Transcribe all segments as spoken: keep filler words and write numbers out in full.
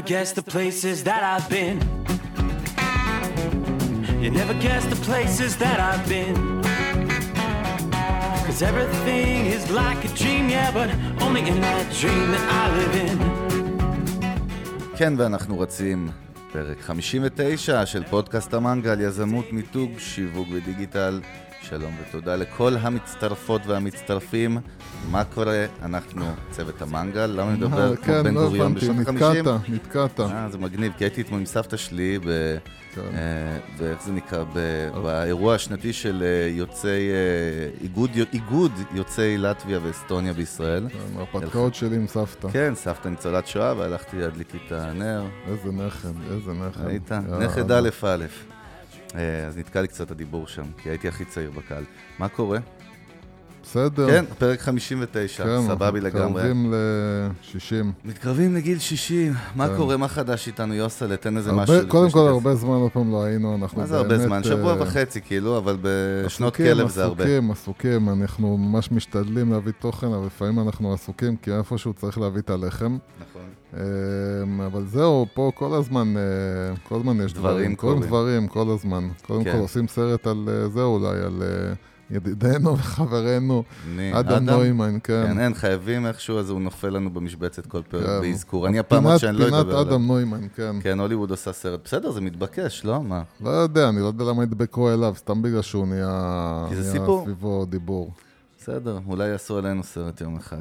guess the places that I've been. You never guess the places that I've been. Cause everything is like a dream, yeah, but only in that dream that I live in. כן, ואנחנו רצים פרק חמישים ותשע של פודקאסט המנגל, יזמות, מיתוג, שיווק ודיגיטל. שלום ותודה לכל המצטרפות והמצטרפים. מה קורה? אנחנו צוות המנגל. למה מדבר כמו בן גוריון בשנות ה-חמישים? נתקעת, נתקעת. אה, זה מגניב, כי הייתי אתמול עם סבתא שלי, ואיך זה נקרא? באירוע השנתי של יוצאי, איגוד יוצאי לטביה ואסטוניה בישראל. הרפתקאות שלי עם סבתא. כן, סבתא ניצולת שואה, והלכתי להדליק איתה נר. איזה נכד, איזה נכד. היית? נכד א' א'. אז נתקע לי קצת הדיבור שם, כי הייתי הכי צעיר בקהל. מה קורה? בסדר. כן, פרק חמישים ותשע, כן, סבבי לגמרי. מתקרבים ל-שישים. מתקרבים לגיל שישים. מה כן. קורה? מה חדש איתנו? יוסה, לתן איזה הרבה, משהו. קודם כל, הרבה זמן עוד פעם לא היינו. אנחנו מה זה הרבה באמת, זמן? שבוע אה, וחצי, כאילו, אבל בשנות עסוקים, כלב זה הרבה. עסוקים, עסוקים. אנחנו ממש משתדלים להביא תוכן, אבל לפעמים אנחנו עסוקים, כי איפשהו צריך להביא את הלחם. נכון. אבל זהו, פה כל הזמן, כל הזמן יש דברים, קוראים דברים, כל הזמן. קודם כל עושים סרט על זה אולי, על ידידנו וחברנו, אדם נוימן, כן. כן, אין, חייבים איכשהו, אז הוא נופל לנו במשבצת כל פרק בהזכור. אני הפעם עוד שאני לא אדבר עליו. פינת אדם נוימן, כן. כן, הוליווד עושה סרט. בסדר, זה מתבקש, לא? מה? לא יודע, אני לא יודע למה ידבקו אליו, סתם בגלל שהוא נהיה סביבו דיבור. בסדר, אולי יעשו עלינו סרט יום אחד.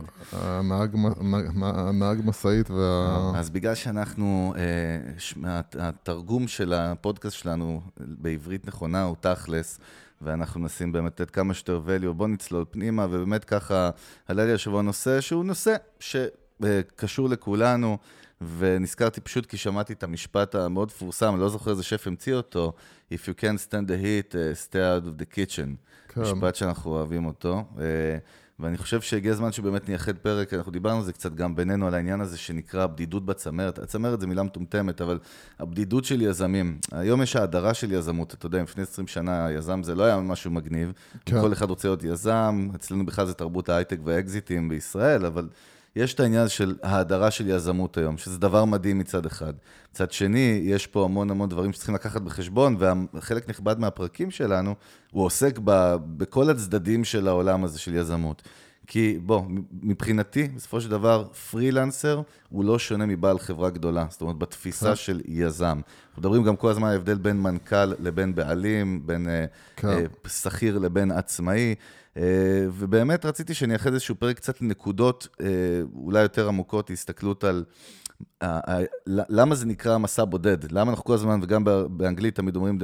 הנהג מסעית וה... אז בגלל שאנחנו, התרגום של הפודקאסט שלנו בעברית נכונה הוא תכלס, ואנחנו נשים באמת את כמה שיותר value, בוא נצלול פנימה, ובאמת ככה עלה לי השבוע נושא שהוא נושא שקשור לכולנו, ונזכרתי פשוט כי שמעתי את המשפט המאוד פורסם, לא זוכר איזה שף המציא אותו, If you can't stand the heat, stay out of the kitchen. משפט שאנחנו אוהבים אותו, ואני חושב שהגיע הזמן שבאמת נייחד פרק, אנחנו דיברנו על זה קצת גם בינינו על העניין הזה שנקרא בדידות בצמרת. הצמרת זה מילה מטומטמת, אבל הבדידות של יזמים. היום יש ההדרה של יזמות, אתה יודע, לפני עשרים שנה יזם זה לא היה משהו מגניב, כן. כל אחד רוצה להיות יזם, אצלנו בכלל זה תרבות ההייטק והאקזיטים בישראל, אבל יש את העניין של ההדרה של יזמות היום, שזה דבר מדהים מצד אחד. מצד שני, יש פה המון המון דברים שצריכים לקחת בחשבון, וחלק נכבד מהפרקים שלנו, הוא עוסק ב, בכל הצדדים של העולם הזה של יזמות. כי בוא, מבחינתי, בסופו של דבר, פרילנסר הוא לא שונה מבעל חברה גדולה, זאת אומרת, בתפיסה של יזם. אנחנו מדברים גם כל הזמן ההבדל בין מנכ"ל לבין בעלים, בין שכיר לבין עצמאי, ובאמת רציתי שאני אאחד איזשהו פרק קצת לנקודות, אולי יותר עמוקות, הסתכלות על למה זה נקרא מסע בודד, למה אנחנו כל הזמן, וגם באנגלית תמיד אומרים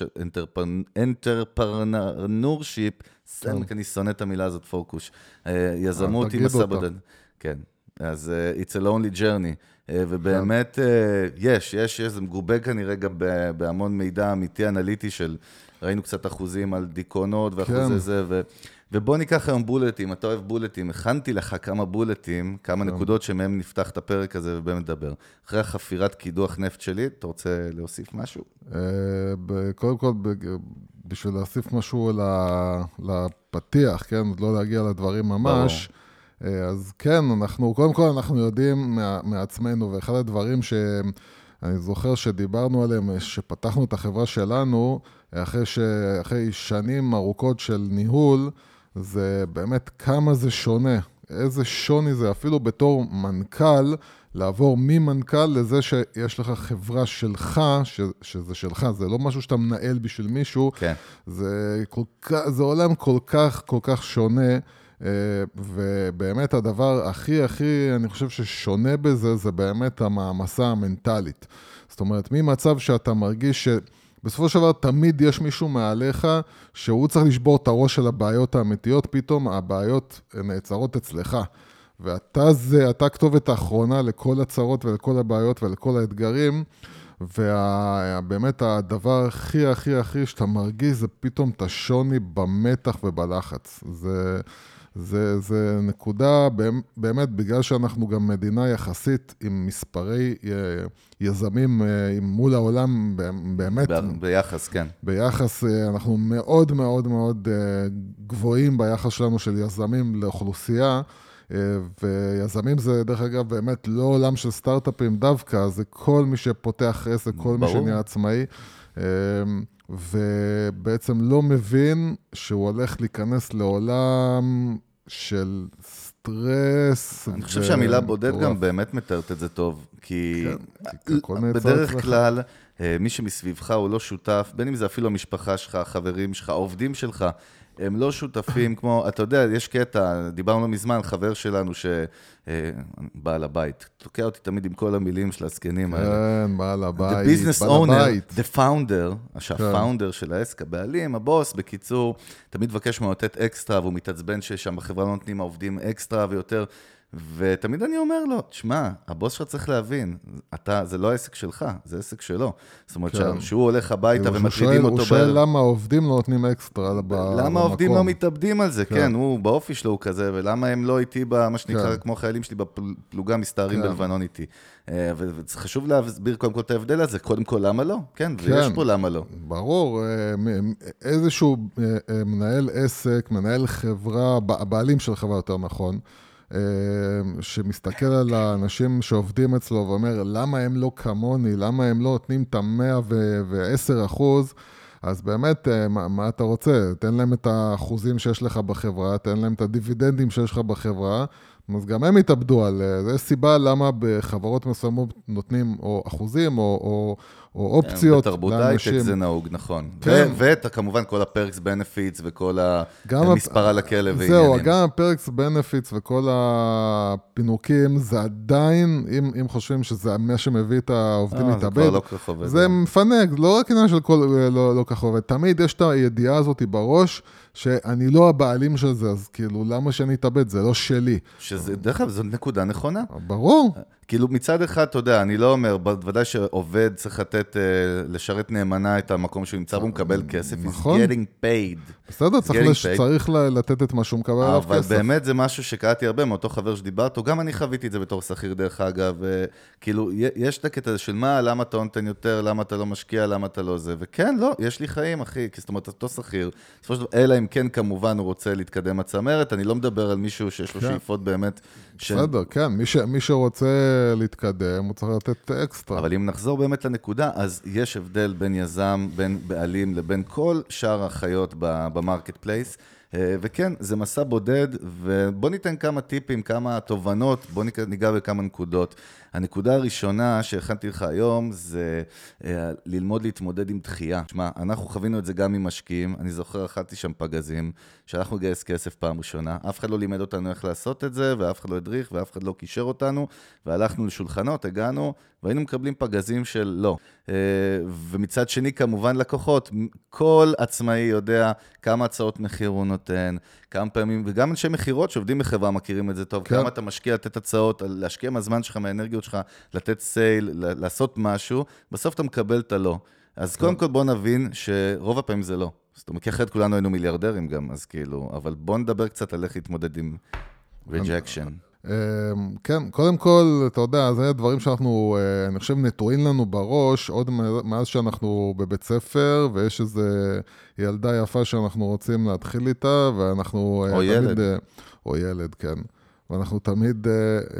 entrepreneurship, אני שונא את המילה הזאת פוקוש, יזמות עם מסע בודד. כן, אז it's a lonely journey, ובאמת יש, יש, זה מגובה כנראה גם בהמון מידע אמיתי אנליטי של, ראינו קצת אחוזים על דיכאונות ואחוזי זה, ו... ובוא ניקח היום בולטים, אתה אוהב בולטים, הכנתי לך כמה בולטים, כמה נקודות שמהם נפתח את הפרק הזה ובאמת נדבר. אחרי החפירת קידוח נפט שלי, אתה רוצה להוסיף משהו? קודם כל, בשביל להוסיף משהו לפתיח, כן, לא להגיע לדברים ממש, אז כן, אנחנו, קודם כל אנחנו יודעים מעצמנו, ואחד הדברים שאני זוכר שדיברנו עליהם, שפתחנו את החברה שלנו, אחרי, ש... אחרי שנים ארוכות של ניהול, זה באמת כמה זה שונה, איזה שוני זה, אפילו בתור מנכ"ל, לעבור ממנכ"ל לזה שיש לך חברה שלך, ש... שזה שלך, זה לא משהו שאתה מנהל בשביל מישהו, כן. זה, כל כך, זה עולם כל כך, כל כך שונה, ובאמת הדבר הכי, הכי, אני חושב ששונה בזה, זה באמת המעמסה המנטלית. זאת אומרת, ממצב שאתה מרגיש ש... בסופו של דבר תמיד יש מישהו מעליך שהוא צריך לשבור את הראש של הבעיות האמיתיות, פתאום הבעיות נעצרות אצלך. ואתה זה, אתה כתובת האחרונה לכל הצרות ולכל הבעיות ולכל האתגרים, ובאמת הדבר הכי הכי הכי שאתה מרגיש זה פתאום את השוני במתח ובלחץ. זה... זה, זה נקודה, באמת, בגלל שאנחנו גם מדינה יחסית עם מספרי יזמים מול העולם, באמת. ב- ביחס, כן. ביחס, אנחנו מאוד מאוד מאוד גבוהים ביחס שלנו של יזמים לאוכלוסייה, ויזמים זה דרך אגב באמת לא עולם של סטארט-אפים דווקא, זה כל מי שפותח עסק, כל מי שנהיה עצמאי, ובעצם לא מבין שהוא הולך להיכנס לעולם של סטרס. אני חושב שהמילה בודד גם באמת מתארת את זה טוב, כי בדרך כלל מי שמסביבך הוא לא שותף, בין אם זה אפילו המשפחה שלך, החברים שלך, העובדים שלך, הם לא שותפים כמו, אתה יודע, יש קטע, דיברנו מזמן, חבר שלנו שבעל הבית, תוקע אותי תמיד עם כל המילים של הסקנים האלה. כן, בעל הבית, The business בעל owner, הבית. the founder, שהפאונדר של העסק, הבעלים, הבוס, בקיצור, תמיד מבקש ממנו לתת אקסטרה, והוא מתעצבן ששם בחברה לא נותנים העובדים אקסטרה ויותר, ותמיד אני אומר לו, תשמע, הבוס שלך צריך להבין, אתה, זה לא העסק שלך, זה עסק שלו. זאת אומרת, כן. שהוא הולך הביתה ומטרידים אותו. הוא שואל למה העובדים לא נותנים אקסטרה במקום. למה העובדים לא מתאבדים על זה, כן, כן הוא באופי שלו הוא כזה, ולמה הם לא איתי, במה שנקרא, כן. כמו חיילים שלי בפלוגה מסתערים כן. בלבנון איתי. וחשוב להסביר קודם כל את ההבדל הזה, קודם כל למה לא, כן, כן. ויש פה למה לא. ברור, איזשהו מנהל עסק, מנהל חברה, בעלים של חברה יותר נכון, שמסתכל על האנשים שעובדים אצלו ואומר, למה הם לא כמוני, למה הם לא נותנים את ה-מאה ועשר אחוז, אז באמת, מה, מה אתה רוצה? תן להם את האחוזים שיש לך בחברה, תן להם את הדיבידנדים שיש לך בחברה, אז גם הם יתאבדו על זה. יש סיבה למה בחברות מסוימות נותנים או אחוזים או, או, או אופציות בתרבות הייטק זה נהוג, נכון. כן. ואתה כמובן כל הפרקס בנפיטס וכל המספר על הכלב ועניינים. זהו, גם הפרקס בנפיטס וכל הפינוקים, זה עדיין, אם, אם חושבים שזה מה שמביא את העובדים להתאבד, זה, לא כך זה מפנק, לא רק עניין של כל, לא, לא כך עובד. תמיד יש את הידיעה הזאת בראש, שאני לא הבעלים של זה, אז כאילו, למה שאני אתאבד? זה לא שלי. שזה, דרך אגב, זו נקודה נכונה. ברור. כאילו, מצד אחד, אתה יודע, אני לא אומר, בוודאי שעובד צריך לתת, לשרת נאמנה את המקום שהוא נמצא, והוא מקבל כסף. נכון. He's getting paid. בסדר, צריך לתת את מה שהוא מקבל עליו כסף. אבל באמת זה משהו שקראתי הרבה מאותו חבר שדיברת, או גם אני חוויתי את זה בתור שכיר דרך אגב, כאילו, יש את הקטע הזה של מה, למה אתה נותן יותר, למה אתה לא משקיע, למה אתה לא זה, וכן, לא, יש לי חיים, אחי, זאת אומרת, אותו שכיר, אלא אם כן, כמובן, הוא רוצה להתקדם הצמרת, אני לא מדבר על מישהו שיש לו שאיפות באמת. בסדר, כן, מי שרוצה להתקדם, הוא צריך לתת אקסטרה. אבל אם נחזור באמת לנקודה, אז יש הבדל בין יזם, בין בעלים, לבין כל שאר החיות במרקט פלייס, וכן, זה מסע בודד, ובוא ניתן כמה טיפים, כמה תובנות, בוא ניגע בכמה נקודות. הנקודה הראשונה שהכנתי לך היום, זה ללמוד להתמודד עם דחייה. תשמע, אנחנו חווינו את זה גם עם משקיעים, אני זוכר, אכלתי שם פגזים, שהלכנו לגייס כסף פעם ראשונה, אף אחד לא לימד אותנו איך לעשות את זה, ואף אחד לא הדריך, ואף אחד לא קישר אותנו, והלכנו לשולחנות, הגענו, והיינו מקבלים פגזים של לא. ומצד שני, כמובן, לקוחות, כל עצמאי יודע כמה הצעות מחיר הוא נותן, כמה פעמים, וגם אנשי מחירות שעובדים בחברה מכירים את זה טוב, כן. כמה אתה משקיע לתת הצעות, להשקיע מהזמן שלך, מהאנרגיות שלך, לתת סייל, לעשות משהו, בסוף אתה מקבל את הלא. אז כן. קודם כל בוא נבין שרוב הפעמים זה לא. זאת אומרת, כי אחרת כולנו היינו מיליארדרים גם, אז כאילו, אבל בוא נדבר קצת על איך להתמודד עם rejection. כן, קודם כל, אתה יודע, זה דברים שאנחנו, אני חושב, נטועים לנו בראש, עוד מאז שאנחנו בבית ספר, ויש איזה ילדה יפה שאנחנו רוצים להתחיל איתה, ואנחנו... או ילד. או ילד, כן. ואנחנו תמיד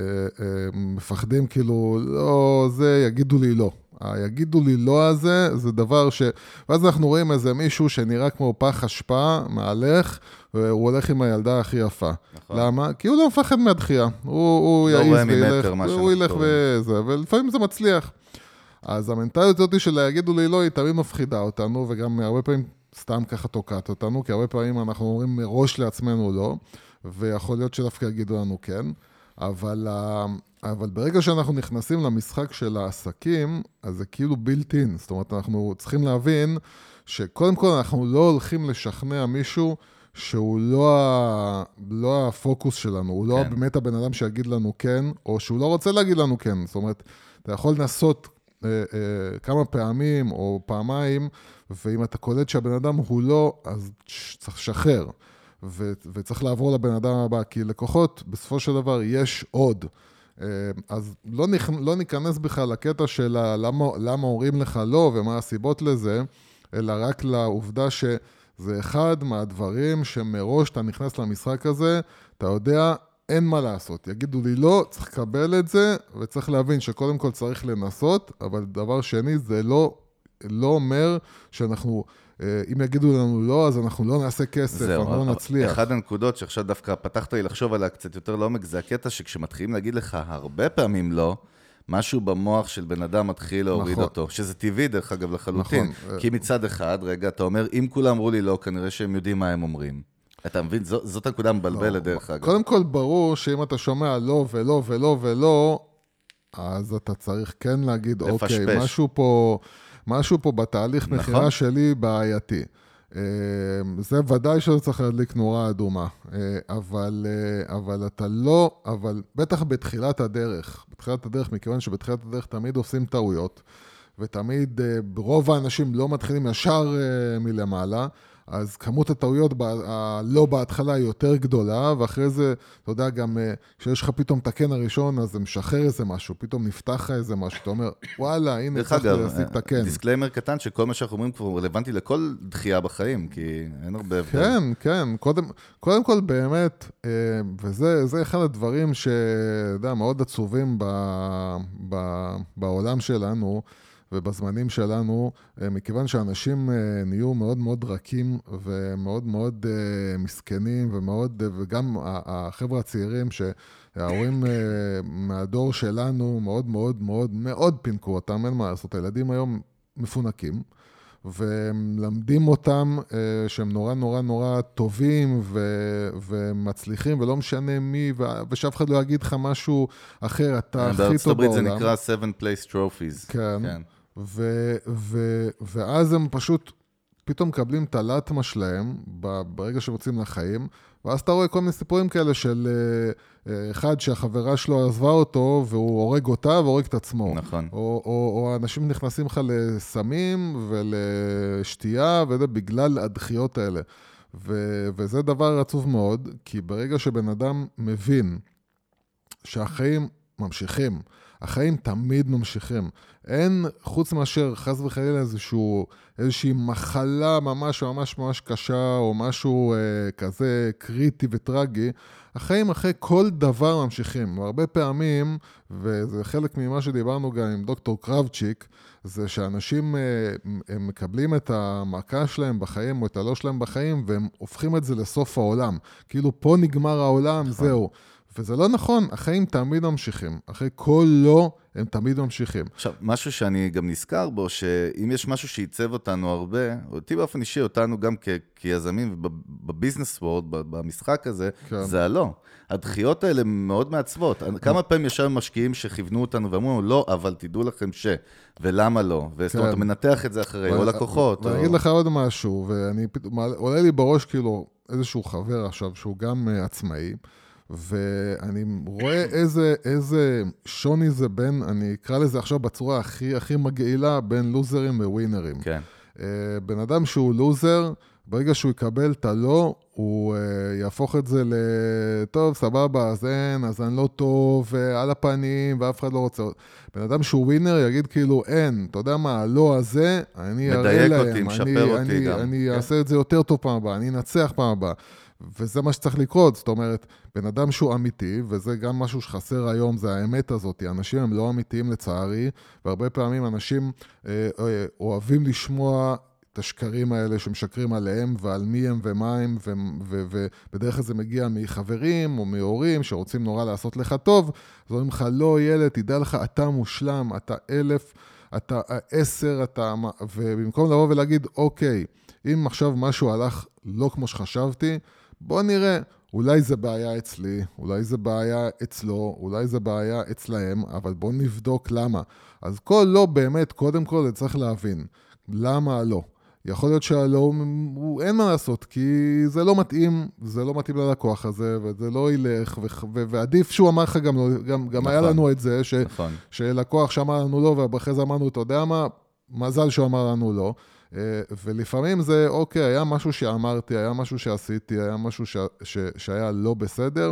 מפחדים, כאילו, לא, זה, יגידו לי לא. יגידו לי לא הזה, זה דבר ש... ואז אנחנו רואים איזה מישהו שנראה כמו פח אשפה, מהלך, והוא הולך עם הילדה הכי יפה. נכון. למה? כי הוא לא מפחד מהדחייה. הוא, הוא לא יעיז וילך, הוא ילך וזה, ולפעמים זה מצליח. אז המנטליות הזאת של יגידו לי לא, היא תמיד מפחידה אותנו, וגם הרבה פעמים סתם ככה תוקעת אותנו, כי הרבה פעמים אנחנו אומרים מראש לעצמנו לא, ויכול להיות שדווקא יגידו לנו כן, אבל... אבל ברגע שאנחנו נכנסים למשחק של העסקים, אז זה כאילו built in. זאת אומרת, אנחנו צריכים להבין שקודם כל אנחנו לא הולכים לשכנע מישהו שהוא לא, ה... לא הפוקוס שלנו, הוא כן. לא באמת הבן אדם שיגיד לנו כן, או שהוא לא רוצה להגיד לנו כן. זאת אומרת, אתה יכול לנסות אה, אה, כמה פעמים או פעמיים, ואם אתה קולט שהבן אדם הוא לא, אז צריך לשחרר. ו... וצריך לעבור לבן אדם הבא, כי לקוחות, בסופו של דבר, יש עוד. אז לא, נכ... לא ניכנס בכלל לקטע של למה, למה אומרים לך לא ומה הסיבות לזה, אלא רק לעובדה שזה אחד מהדברים שמראש אתה נכנס למשחק הזה, אתה יודע אין מה לעשות. יגידו לי לא, צריך לקבל את זה, וצריך להבין שקודם כל צריך לנסות, אבל דבר שני, זה לא, לא אומר שאנחנו, אם יגידו לנו לא, אז אנחנו לא נעשה כסף, אנחנו לא נצליח. אחד הנקודות שעכשיו דווקא פתחת לי לחשוב עליה קצת יותר לעומק, זה הקטע שכשמתחילים להגיד לך הרבה פעמים לא, משהו במוח של בן אדם מתחיל להוריד נכון. אותו, שזה טבעי דרך אגב לחלוטין. נכון. כי מצד אחד, רגע, אתה אומר, אם כולם אמרו לי לא, כנראה שהם יודעים מה הם אומרים. אתה מבין? זאת, זאת הנקודה מבלבלת לא. דרך אגב. קודם כל ברור שאם אתה שומע לא ולא ולא ולא, אז אתה צריך כן להגיד, לפשפש. אוקיי, משהו פה, משהו פה בתהליך נכון. מחירה שלי בעייתי. זה ודאי שזה צריך להדליק נורה אדומה, אבל, אבל אתה לא, אבל בטח בתחילת הדרך, בתחילת הדרך, מכיוון שבתחילת הדרך תמיד עושים טעויות, ותמיד רוב האנשים לא מתחילים ישר מלמעלה, אז כמות הטעויות לא בהתחלה היא יותר גדולה, ואחרי זה, אתה יודע, גם כשיש לך פתאום את הקן הראשון, אז זה משחרר איזה משהו, פתאום נפתח לך איזה משהו, אתה אומר, וואלה, הנה צריך להשיג את הקן. דיסקליימר קטן שכל מה שאנחנו אומרים כבר רלוונטי לכל דחייה בחיים, כי אין הרבה... כן, כן, קודם, קודם כל באמת, וזה זה אחד הדברים שיודע, מאוד עצובים ב, ב, בעולם שלנו, ובזמנים שלנו, מכיוון שאנשים נהיו מאוד מאוד רכים ומאוד מאוד מסכנים ומאוד, וגם החבר'ה הצעירים שההורים מהדור שלנו מאוד מאוד מאוד מאוד פינקו אותם, אין מה לעשות, הילדים היום מפונקים, ולמדים אותם שהם נורא נורא נורא טובים ומצליחים, ולא משנה מי, ושאף אחד לא יגיד לך משהו אחר, אתה הכי טוב בעולם. בארצות הברית זה נקרא seven place trophies. כן. כן. ו- ו- ואז הם פשוט פתאום מקבלים את הלטמה שלהם ברגע שרוצים לחיים, ואז אתה רואה כל מיני סיפורים כאלה של אחד שהחברה שלו עזבה אותו והוא הורג אותה והורג את עצמו. נכון. או, או, או אנשים נכנסים לך לסמים ולשתייה, וזה בגלל הדחיות האלה. ו- וזה דבר עצוב מאוד, כי ברגע שבן אדם מבין שהחיים ממשיכים, החיים תמיד ממשיכים. אין, חוץ מאשר חס וחלילה איזשהו, איזושהי מחלה ממש ממש ממש קשה, או משהו אה, כזה קריטי וטרגי, החיים אחרי כל דבר ממשיכים. והרבה פעמים, וזה חלק ממה שדיברנו גם עם דוקטור קרבצ'יק, זה שאנשים אה, הם מקבלים את המכה שלהם בחיים, או את הלא שלהם בחיים, והם הופכים את זה לסוף העולם. כאילו פה נגמר העולם, נכון. זהו. וזה לא נכון, החיים תמיד ממשיכים. אחרי כל לא, הם תמיד ממשיכים. עכשיו, משהו שאני גם נזכר בו, שאם יש משהו שייצב אותנו הרבה, אותי באופן אישי, אותנו גם כ- כיזמים, בביזנס וורד, במשחק הזה, כן. זה הלא. הדחיות האלה מאוד מעצבות. כמה פעמים ישר משקיעים שכיוונו אותנו ואמרו, לא, אבל תדעו לכם ש, ולמה לא? וזאת אומרת, אתה מנתח את זה אחרי, או לקוחות. ואני אגיד לך עוד משהו, ואני פתאום, עולה לי בראש כאילו איזשהו חבר עכשיו, שהוא גם עצמאי, ואני רואה איזה, איזה שוני זה בין, אני אקרא לזה עכשיו בצורה הכי, הכי מגעילה, בין לוזרים וווינרים. כן. בן אדם שהוא לוזר, ברגע שהוא יקבל את הלא, הוא יהפוך את זה לטוב, סבבה, אז אין, אז אני לא טוב, על הפנים, ואף אחד לא רוצה. בן אדם שהוא ווינר יגיד כאילו, אין, אתה יודע מה, הלא הזה, אני אראה להם. מדייק אותי, משפר אותי אני, גם. אני אעשה את זה יותר טוב פעם הבאה, אני אנצח פעם הבאה. וזה מה שצריך לקרות, זאת אומרת, בן אדם שהוא אמיתי, וזה גם משהו שחסר היום, זה האמת הזאת, אנשים הם לא אמיתיים לצערי, והרבה פעמים אנשים אה, אה, אוהבים לשמוע את השקרים האלה שמשקרים עליהם, ועל מי הם ומה הם, ובדרך כלל זה מגיע מחברים או מהורים שרוצים נורא לעשות לך טוב, אז אומרים לך, לא ילד, תדע לך, אתה מושלם, אתה אלף, אתה עשר, אתה... ובמקום לבוא ולהגיד, אוקיי, אם עכשיו משהו הלך לא כמו שחשבתי, בוא נראה, אולי זה בעיה אצלי, אולי זה בעיה אצלו, אולי זה בעיה אצלהם, אבל בוא נבדוק למה. אז כל לא באמת, קודם כל, צריך להבין, למה לא? יכול להיות שהלא, הוא אין מה לעשות, כי זה לא מתאים, זה לא מתאים ללקוח הזה, וזה לא ילך, ו- ו- ועדיף שהוא אמר לך גם, גם, גם נכון, היה לנו את זה, ש- נכון. שלקוח שאמר לנו לא, ואחרי זה אמרנו, אתה יודע מה, מזל שהוא אמר לנו לא, ולפעמים זה, אוקיי, היה משהו שאמרתי, היה משהו שעשיתי, היה משהו ש... ש... שהיה לא בסדר,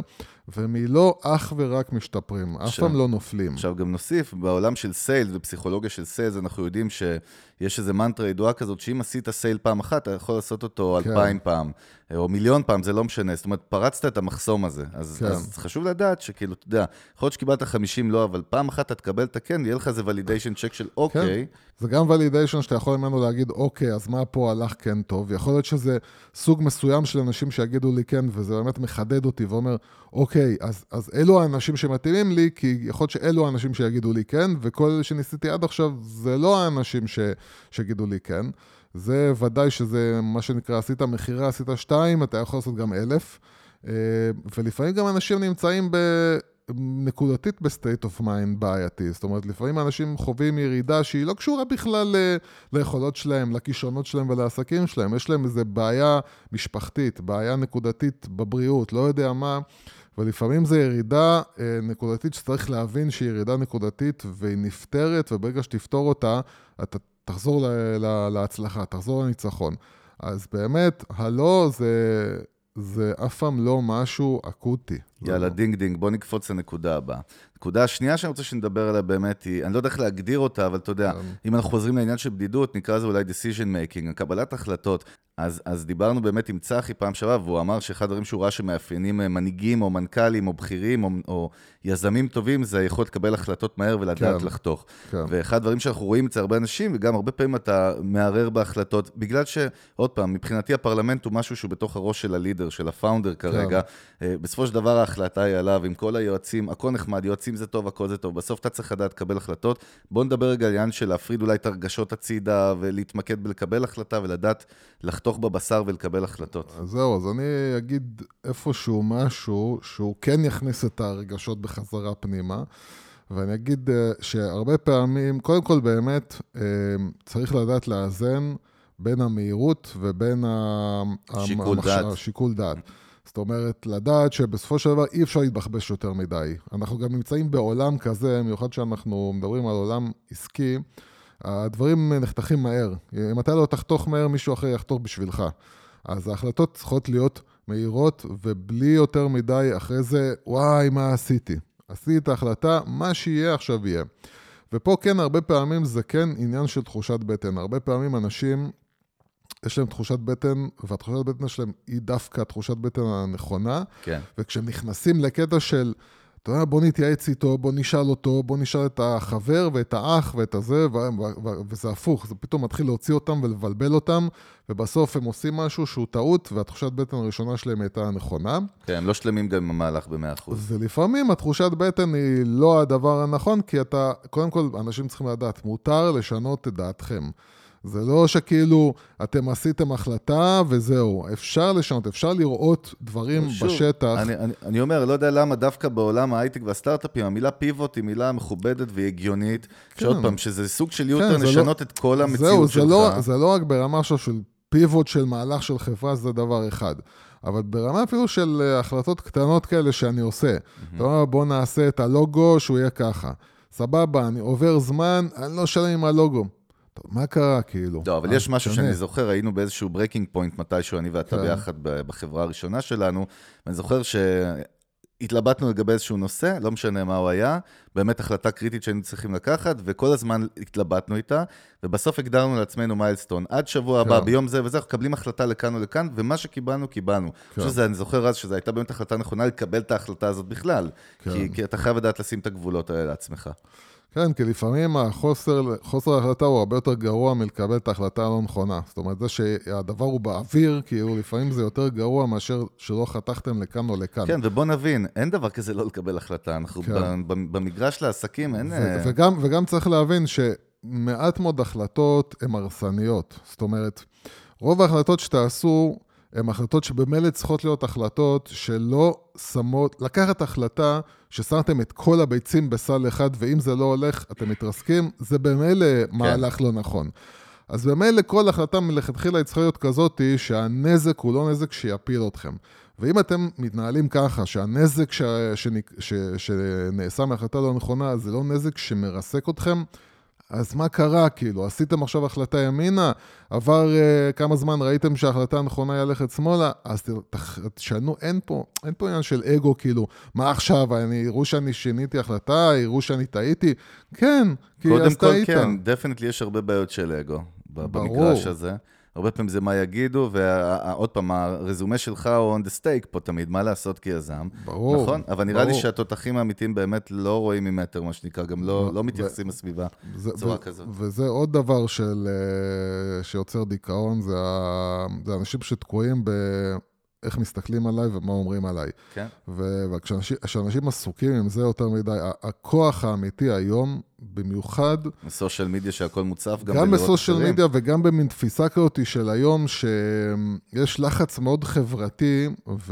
ומלא אך ורק משתפרים, אף פעם לא נופלים. עכשיו גם נוסיף, בעולם של סיילס ופסיכולוגיה של סיילס, אנחנו יודעים שיש איזו מנטרה ידועה כזאת, שאם עשית סייל פעם אחת, אתה יכול לעשות אותו כן. אלפיים פעם, או מיליון פעם, זה לא משנה. זאת אומרת, פרצת את המחסום הזה. אז, כן. אז חשוב לדעת שכאילו, אתה יודע, יכול להיות שקיבלת חמישים לא, אבל פעם אחת אתה תקבל את הכן, יהיה לך איזה ולידיישן צ'ק של אוקיי. כן. זה גם ולידיישן שאתה יכול ממנו להגיד, אוקיי, אז מה פה הלך כן טוב? יכול להיות שזה סוג מסוים של אנשים שיגידו לי כן, וזה באמת מחדד אותי ואומר, אוקיי, אז, אז אלו האנשים שמתאימים לי, כי יכול להיות שאלו האנשים שיגידו לי כן, וכל אלה שניסיתי עד עכשיו, זה לא האנשים ש, שיגידו לי כן. זה ודאי שזה מה שנקרא, עשית מחירה, עשית שתיים, אתה יכול לעשות גם אלף. ולפעמים גם אנשים נמצאים ב... נקודתית בסטייט אוף מיינד בעייתי. זאת אומרת, לפעמים אנשים חווים ירידה שהיא לא קשורה בכלל ל- ליכולות שלהם, לכישרונות שלהם ולעסקים שלהם. יש להם איזו בעיה משפחתית, בעיה נקודתית בבריאות, לא יודע מה. ולפעמים זו ירידה אה, נקודתית שצריך להבין שהיא ירידה נקודתית והיא נפטרת, וברגע שתפתור אותה, אתה תחזור ל- ל- להצלחה, תחזור לניצחון. אז באמת, הלא זה... זה אף פעם לא משהו אקוטי. יאללה, דינג דינג, בוא נקפוץ לנקודה הבאה. נקודה השנייה שאני רוצה שנדבר עליה באמת היא, אני לא יודע איך להגדיר אותה, אבל אתה יודע, אם אנחנו חוזרים לעניין של בדידות, נקרא זה אולי decision making, קבלת החלטות. אז, אז דיברנו באמת עם צחי פעם שעברה, והוא אמר שאחד הדברים שהוא ראה שמאפיינים מנהיגים או מנכ"לים או בכירים או, או יזמים טובים, זה היכולת לקבל החלטות מהר ולדעת כן, לחתוך. כן. ואחד הדברים שאנחנו רואים אצל הרבה אנשים, וגם הרבה פעמים אתה מערער בהחלטות, בגלל שעוד פעם, מבחינתי הפרלמנט הוא משהו שהוא בתוך הראש של הלידר, של הפאונדר כרגע. כן. בסופו של דבר ההחלטה היא עליו, עם כל היועצים, הכל נחמד, יועצים זה טוב, הכל זה טוב. בסוף אתה צריך לדעת לקבל החלטות. בוא נדבר רגע על עניין של להפריד אולי את הרגשות הצידה ולהתמקד בלקבל החלטה ולדעת לחתוך בבשר ולקבל החלטות. אז זהו, אז אני אגיד איפשהו משהו שהוא כן יכניס את הרגשות בחזרה פנימה, ואני אגיד שהרבה פעמים, קודם כל באמת צריך לדעת לאזן בין המהירות ובין שיקול דעת. השיקול דעת. זאת אומרת, לדעת שבסופו של דבר אי אפשר להתבחבש יותר מדי. אנחנו גם נמצאים בעולם כזה, מיוחד שאנחנו מדברים על עולם עסקי, הדברים נחתכים מהר. אם אתה לא תחתוך מהר, מישהו אחר יחתוך בשבילך. אז ההחלטות צריכות להיות מהירות, ובלי יותר מדי אחרי זה, וואי, מה עשיתי? עשיתי את ההחלטה, מה שיהיה עכשיו יהיה. ופה כן, הרבה פעמים זה כן עניין של תחושת בטן. הרבה פעמים אנשים, יש להם תחושת בטן, והתחושת בטן שלהם היא דווקא תחושת בטן הנכונה. כן. וכשהם נכנסים לקטע של, אתה יודע, בוא נתייעץ איתו, בוא נשאל אותו, בוא נשאל את החבר ואת האח ואת הזה, וזה הפוך, זה פתאום מתחיל להוציא אותם ולבלבל אותם, ובסוף הם עושים משהו שהוא טעות, והתחושת בטן הראשונה שלהם הייתה נכונה. כן, הם לא שלמים גם עם המהלך ב-מאה אחוז. ולפעמים התחושת בטן היא לא הדבר הנכון, כי אתה, קודם כל, אנשים צריכים לדעת, מותר לשנות את דעתכם. זה לא שכאילו אתם עשיתם החלטה וזהו, אפשר לשנות, אפשר לראות דברים שוב, בשטח. אני, אני, אני אומר, לא יודע למה דווקא בעולם ההייטק והסטארט-אפים, המילה פיבוט היא מילה מכובדת והגיונית, כן. שעוד פעם, שזה סוג של יוטר, כן, לשנות לא, את כל המציאות זהו, שלך. זה לא, זה לא רק ברמה של פיבוט של מהלך של חברה, זה דבר אחד. אבל ברמה אפילו של החלטות קטנות כאלה שאני עושה. Mm-hmm. בוא נעשה את הלוגו שהוא יהיה ככה. סבבה, אני עובר זמן, אני לא שלם עם הלוגו. טוב, מה קרה כאילו? לא, אבל יש משהו שאני זוכר, היינו באיזשהו breaking point מתישהו, אני ואתה ביחד בחברה הראשונה שלנו, ואני זוכר שהתלבטנו לגבי איזשהו נושא, לא משנה מה הוא היה, באמת החלטה קריטית שהיינו צריכים לקחת, וכל הזמן התלבטנו איתה, ובסוף הגדרנו לעצמנו מיילסטון, עד שבוע הבא, ביום זה וזה, אנחנו מקבלים החלטה לכאן או לכאן, ומה שקיבלנו, קיבלנו. שזה, אני זוכר אז שזו הייתה באמת החלטה נכונה לקבל את ההחלטה הזאת בכלל, כי אתה חייב לדעת לשים את הגבולות האלה לעצמך. כן, כי לפעמים החוסר, חוסר ההחלטה הוא הרבה יותר גרוע מלקבל את ההחלטה הלא נכונה. זאת אומרת, זה שהדבר הוא באוויר, כאילו לפעמים זה יותר גרוע מאשר שלא חתכתם לכאן או לכאן. כן, ובוא נבין, אין דבר כזה לא לקבל החלטה. אנחנו כן. במגרש לעסקים, אין... ו- וגם, וגם צריך להבין שמעט מאוד החלטות הן הרסניות. זאת אומרת, רוב ההחלטות שתעשו, הן החלטות שבמילא צריכות להיות החלטות שלא שמות, לקחת החלטה ששמתם את כל הביצים בסל אחד, ואם זה לא הולך, אתם מתרסקים, זה במילא כן. מהלך לא נכון. אז במילא כל החלטה מלכתחילה צריכה להיות כזאת, שהנזק הוא לא נזק שיפיל אתכם. ואם אתם מתנהלים ככה, שהנזק ש... ש... ש... שנעשה מהחלטה לא נכונה, זה לא נזק שמרסק אתכם, אז מה קרה, כאילו? עשיתם עכשיו החלטה ימינה, עבר uh, כמה זמן ראיתם שההחלטה הנכונה היא ללכת שמאלה, אז תשנו, אין פה, אין פה עניין של אגו, כאילו, מה עכשיו, אני, יראו שאני שיניתי החלטה, יראו שאני טעיתי, כן, כי אז טעית. קודם כל, כן, דפנטלי יש הרבה בעיות של אגו, במגרש הזה. הרבה פעמים זה מה יגידו, ועוד פעם, הרזומה שלך הוא on the stake פה תמיד, מה לעשות כיזם. ברור. נכון? אבל נראה לי שהתותחים האמיתיים באמת לא רואים ממטר, מה שנקרא, גם לא מתייחסים לסביבה בצורה כזאת. וזה עוד דבר שיוצר דיכאון, זה אנשים שתקועים ב... איך מסתכלים עליי ומה אומרים עליי. כן. וכשאנשים עסוקים עם זה יותר מדי, הכוח האמיתי היום, במיוחד... בסושיאל מדיה שהכל מוצף, גם, גם בסושיאל מדיה וגם במין תפיסה כאותי של היום, שיש לחץ מאוד חברתי,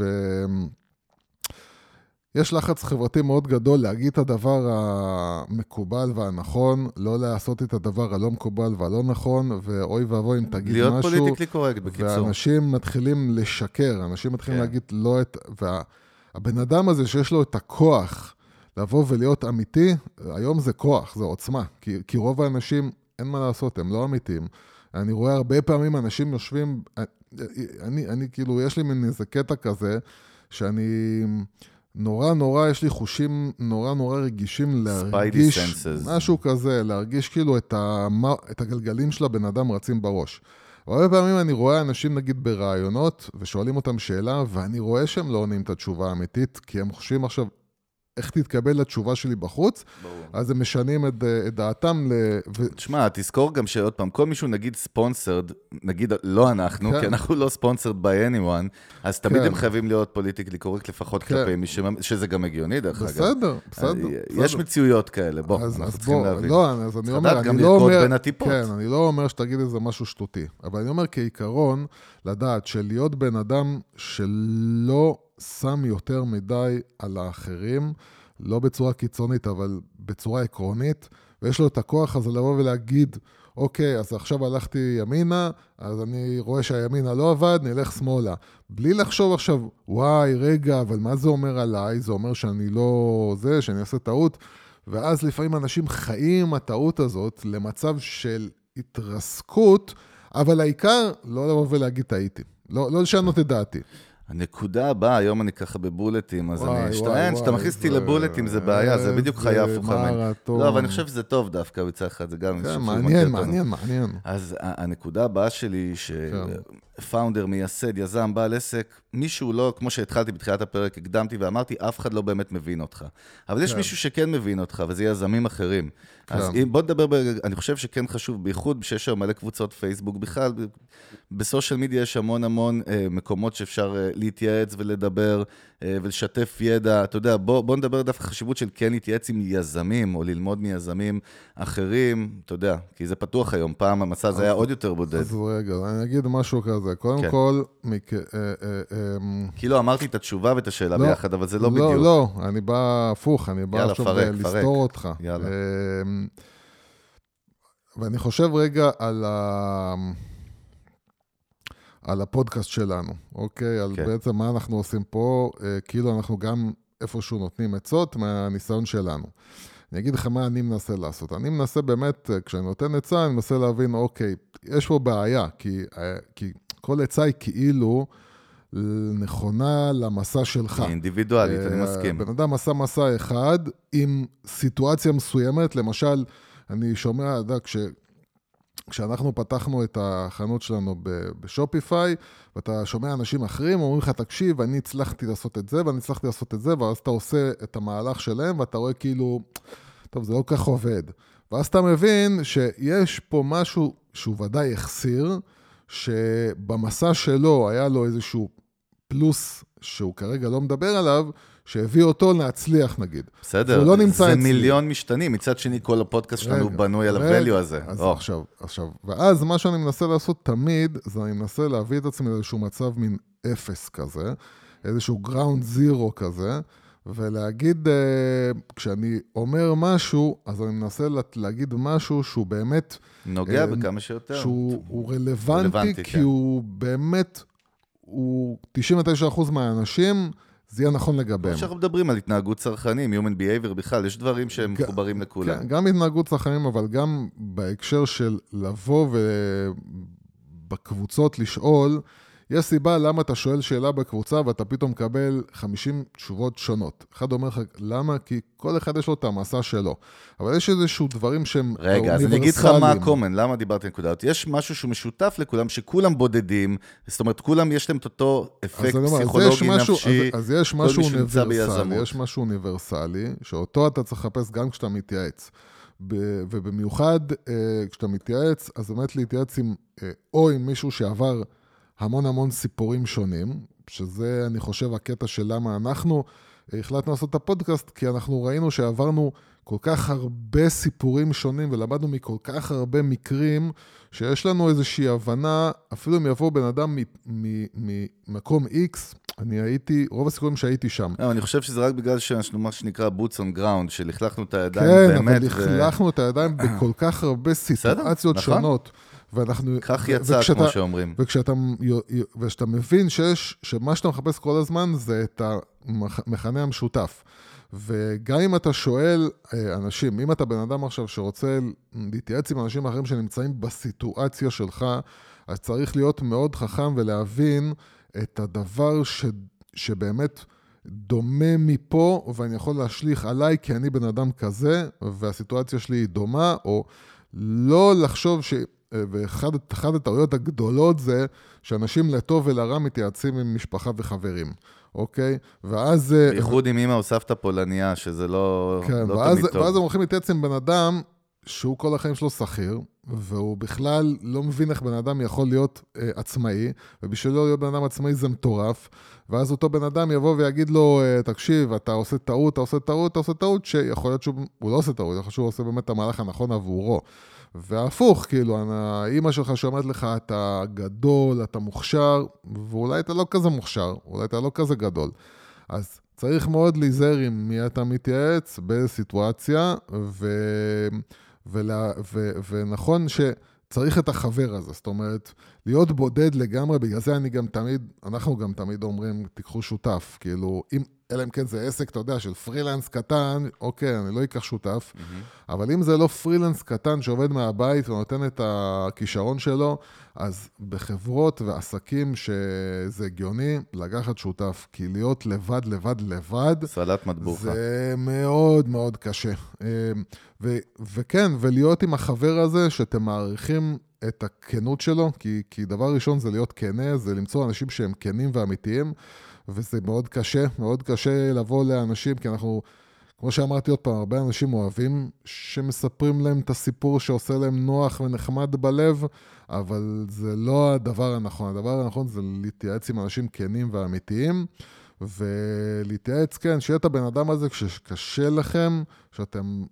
ויש לחץ חברתי מאוד גדול להגיד את הדבר המקובל והנכון, לא לעשות את הדבר הלא מקובל והלא נכון, ואוי ואבוי אם תגיד להיות משהו. להיות פוליטיקלי קורקט, בקיצור. ואנשים מתחילים לשקר, אנשים מתחילים כן. להגיד לא את... והבן אדם הזה שיש לו את הכוח לבוא ולהיות אמיתי, היום זה כוח, זה עוצמה. כי, כי רוב האנשים, אין מה לעשות, הם לא אמיתיים. אני רואה הרבה פעמים אנשים יושבים... אני, אני כאילו, יש לי מין איזה קטע כזה, שאני... נורא נורא, יש לי חושים נורא נורא רגישים להרגיש משהו כזה, להרגיש כאילו את, ה, את הגלגלים של הבן אדם רצים בראש. הרבה פעמים אני רואה אנשים נגיד ברעיונות ושואלים אותם שאלה, ואני רואה שהם לא עונים את התשובה האמיתית, כי הם חושבים עכשיו איך תתקבל לתשובה שלי בחוץ, ברור. אז הם משנים את, את דעתם. ל... תשמע, תזכור גם שעוד פעם, כל מישהו נגיד ספונסרד, נגיד לא אנחנו, כן. כי אנחנו לא ספונסרד by anyone, אז תמיד כן. הם חייבים להיות פוליטיקלי קורקט לפחות כן. כלפי מי שמ... שזה גם הגיוני דרך אגב. בסדר, בסדר. יש מציאויות כאלה, בוא, אז, אנחנו אז צריכים בוא, להבין. לא, אז אני אומר, אני לא אומר, כן, אני לא אומר שתגיד איזה משהו שטותי, אבל אני אומר כעיקרון, לדעת שלהיות בן אדם שלא שם יותר מדי על האחרים, לא בצורה קיצונית, אבל בצורה עקרונית, ויש לו את הכוח הזה לבוא ולהגיד, אוקיי, אז עכשיו הלכתי ימינה, אז אני רואה שהימינה לא עבד, נלך שמאלה. בלי לחשוב עכשיו, וואי, רגע, אבל מה זה אומר עליי? זה אומר שאני לא זה, שאני אעשה טעות. ואז לפעמים אנשים חיים הטעות הזאת למצב של התרסקות, אבל העיקר לא לבוא ולהגיד טעיתי. לא, לא לשנות את דעתי. הנקודה הבאה, היום אני ככה בבולטים, אז אני אשתען, שאתה מכניס אותי לבולטים, זה בעיה, זה בדיוק חייב פוחמן. לא, אבל אני חושב שזה טוב דווקא, הוא יצא לך את זה גם. מעניין, מעניין, מעניין. אז הנקודה הבאה שלי, שפאונדר, מייסד, יזם, בעל עסק, מישהו לא, כמו שהתחלתי בתחילת הפרק, הקדמתי ואמרתי, אף אחד לא באמת מבין אותך. אבל יש מישהו שכן מבין אותך, וזה יזמים אחרים. אז בוא נדבר, אני חושב שכן חשוב, בייחוד שיש מלא קבוצות פייסבוק, בכלל, בסושיאל מדיה יש המון המון מקומות שאפשר להתייעץ ולדבר ולשתף ידע. אתה יודע, בוא, בוא נדבר דווקא חשיבות של כן להתייעץ עם יזמים, או ללמוד מיזמים אחרים, אתה יודע, כי זה פתוח היום, פעם המסע זה היה עוד יותר בודד. אז רגע, אני אגיד משהו כזה, קודם כל, כאילו אמרתי את התשובה ואת השאלה ביחד, אבל זה לא בדיוק. לא, לא, אני בא הפוך, אני בא עכשיו לסתור אותך. יאללה. ואני חושב רגע על ה... על הפודקאסט שלנו, אוקיי? על בעצם מה אנחנו עושים פה, כאילו אנחנו גם איפשהו נותנים עצות מהניסיון שלנו. אני אגיד לך מה אני מנסה לעשות. אני מנסה באמת, כשאני נותן עצה, אני מנסה להבין, אוקיי, יש פה בעיה, כי, כי כל עצה היא כאילו נכונה למסע שלך. אינדיבידואלית, אני מסכים. בן אדם עשה מסע אחד עם סיטואציה מסוימת, למשל, אני שומע, אתה יודע, כש... כשאנחנו פתחנו את החנות שלנו בשופיפיי, ואתה שומע אנשים אחרים, אומרים לך, תקשיב, אני הצלחתי לעשות את זה, ואני הצלחתי לעשות את זה, ואז אתה עושה את המהלך שלהם, ואתה רואה כאילו, טוב, זה לא כך עובד. ואז אתה מבין שיש פה משהו שהוא ודאי יחסיר, שבמסע שלו היה לו איזשהו פלוס שהוא כרגע לא מדבר עליו, שהביא אותו להצליח נגיד. בסדר, לא זה אצלי. מיליון משתנים, מצד שני כל הפודקאסט שלנו רגע, בנוי על הvalue הזה. אז oh. עכשיו, עכשיו, ואז מה שאני מנסה לעשות תמיד, זה אני מנסה להביא את עצמי לאיזשהו מצב מין אפס כזה, איזשהו ground zero כזה, ולהגיד, כשאני אומר משהו, אז אני מנסה להגיד משהו שהוא באמת... נוגע בכמה שיותר. שהוא רלוונטי, רלוונטי כי כן. הוא באמת, הוא תשעים ותשעה אחוז מהאנשים... זה יהיה נכון לגביהם. כשאנחנו מדברים על התנהגות צרכנים, Human Behavior בכלל, יש דברים שהם מחוברים לכולם. כן, גם התנהגות צרכנים, אבל גם בהקשר של לבוא ובקבוצות לשאול, יש סיבה למה אתה שואל שאלה בקבוצה, ואתה פתאום מקבל חמישים תשובות שונות. אחד אומר לך, למה? כי כל אחד יש לו את המסע שלו. אבל יש איזשהו דברים שהם רגע, אוניברסליים. אז אני אגיד לך מה הקומן, למה דיברתי נקודות? יש משהו שהוא משותף לכולם, שכולם בודדים, זאת אומרת, כולם יש להם את אותו אפקט פסיכולוגי נפשי, אז יש משהו אוניברסלי, יש משהו אוניברסלי, שאותו אתה צריך לחפש גם כשאתה מתייעץ. ובמיוחד כשאתה מתייעץ, אז באמת להתייעץ עם, או עם מישהו שעבר המון המון סיפורים שונים, שזה אני חושב הקטע של למה אנחנו החלטנו לעשות את הפודקאסט, כי אנחנו ראינו שעברנו כל כך הרבה סיפורים שונים, ולמדנו מכל כך הרבה מקרים, שיש לנו איזושהי הבנה, אפילו אם יבוא בן אדם ממקום X, אני הייתי, רוב הסיכויים שהייתי שם. אני חושב שזה רק בגלל שאנחנו מה שנקרא boots on ground, שלכלכנו את הידיים באמת. כן, אבל לכלכנו את הידיים בכל כך הרבה סיטואציות שונות. ואנחנו, כך יצא, וכשאתה, כמו שאומרים. וכשאתה, וכשאתה מבין שיש, שמה שאתה מחפש כל הזמן זה את המכנה המשותף. וגם אם אתה שואל אנשים, אם אתה בן אדם עכשיו שרוצה להתייעץ עם אנשים אחרים שנמצאים בסיטואציה שלך, אז צריך להיות מאוד חכם ולהבין את הדבר ש, שבאמת דומה מפה, ואני יכול להשליך עליי כי אני בן אדם כזה, והסיטואציה שלי היא דומה, או לא לחשוב ש... ואחד הטעויות הגדולות זה שאנשים לטוב ולרע מתייעצים עם משפחה וחברים, אוקיי? ואז... בייחוד עם אמא הוספת פולניה, שזה לא, כן, לא ואז, תמיד טוב. ואז הם הולכים להתייעץ עם בן אדם שהוא כל החיים שלו שכיר, והוא בכלל לא מבין איך בן אדם יכול להיות אה, עצמאי, ובשבילו להיות בן אדם עצמאי זה מטורף, ואז אותו בן אדם יבוא ויגיד לו, תקשיב, אתה עושה טעות, אתה עושה טעות, אתה עושה טעות, שיכול להיות שהוא לא עושה טעות, יכול להיות שהוא עושה באמת את המהלך הנכון עבורו. והפוך, כאילו, האמא שלך שאומרת לך, אתה גדול, אתה מוכשר, ואולי אתה לא כזה מוכשר, אולי אתה לא כזה גדול. אז צריך מאוד להיזהר עם מי אתה מתייעץ בסיטואציה, ו... ולה... ו... ונכון שצריך את החבר הזה, זאת אומרת, להיות בודד לגמרי, בגלל זה אני גם תמיד, אנחנו גם תמיד אומרים, תיקחו שותף, כאילו, אם... אלא אם כן זה עסק, אתה יודע, של פרילנס קטן, אוקיי, אני לא אקח שותף, mm-hmm. אבל אם זה לא פרילנס קטן שעובד מהבית ונותן את הכישרון שלו, אז בחברות ועסקים שזה הגיוני, לקחת שותף, כי להיות לבד, לבד, לבד, סלט מטבוחה. זה מאוד מאוד קשה. ו- וכן, ולהיות עם החבר הזה שאתם מעריכים את הכנות שלו, כי, כי דבר ראשון זה להיות כנה, זה למצוא אנשים שהם כנים ואמיתיים, וזה מאוד קשה, מאוד קשה לבוא לאנשים, כי אנחנו, כמו שאמרתי עוד פעם, הרבה אנשים אוהבים שמספרים להם את הסיפור שעושה להם נוח ונחמד בלב, אבל זה לא הדבר הנכון. הדבר הנכון זה להתייעץ עם אנשים כנים ואמיתיים, ולהתייעץ, כן, שיהיה את הבן אדם הזה כשקשה לכם, שאתם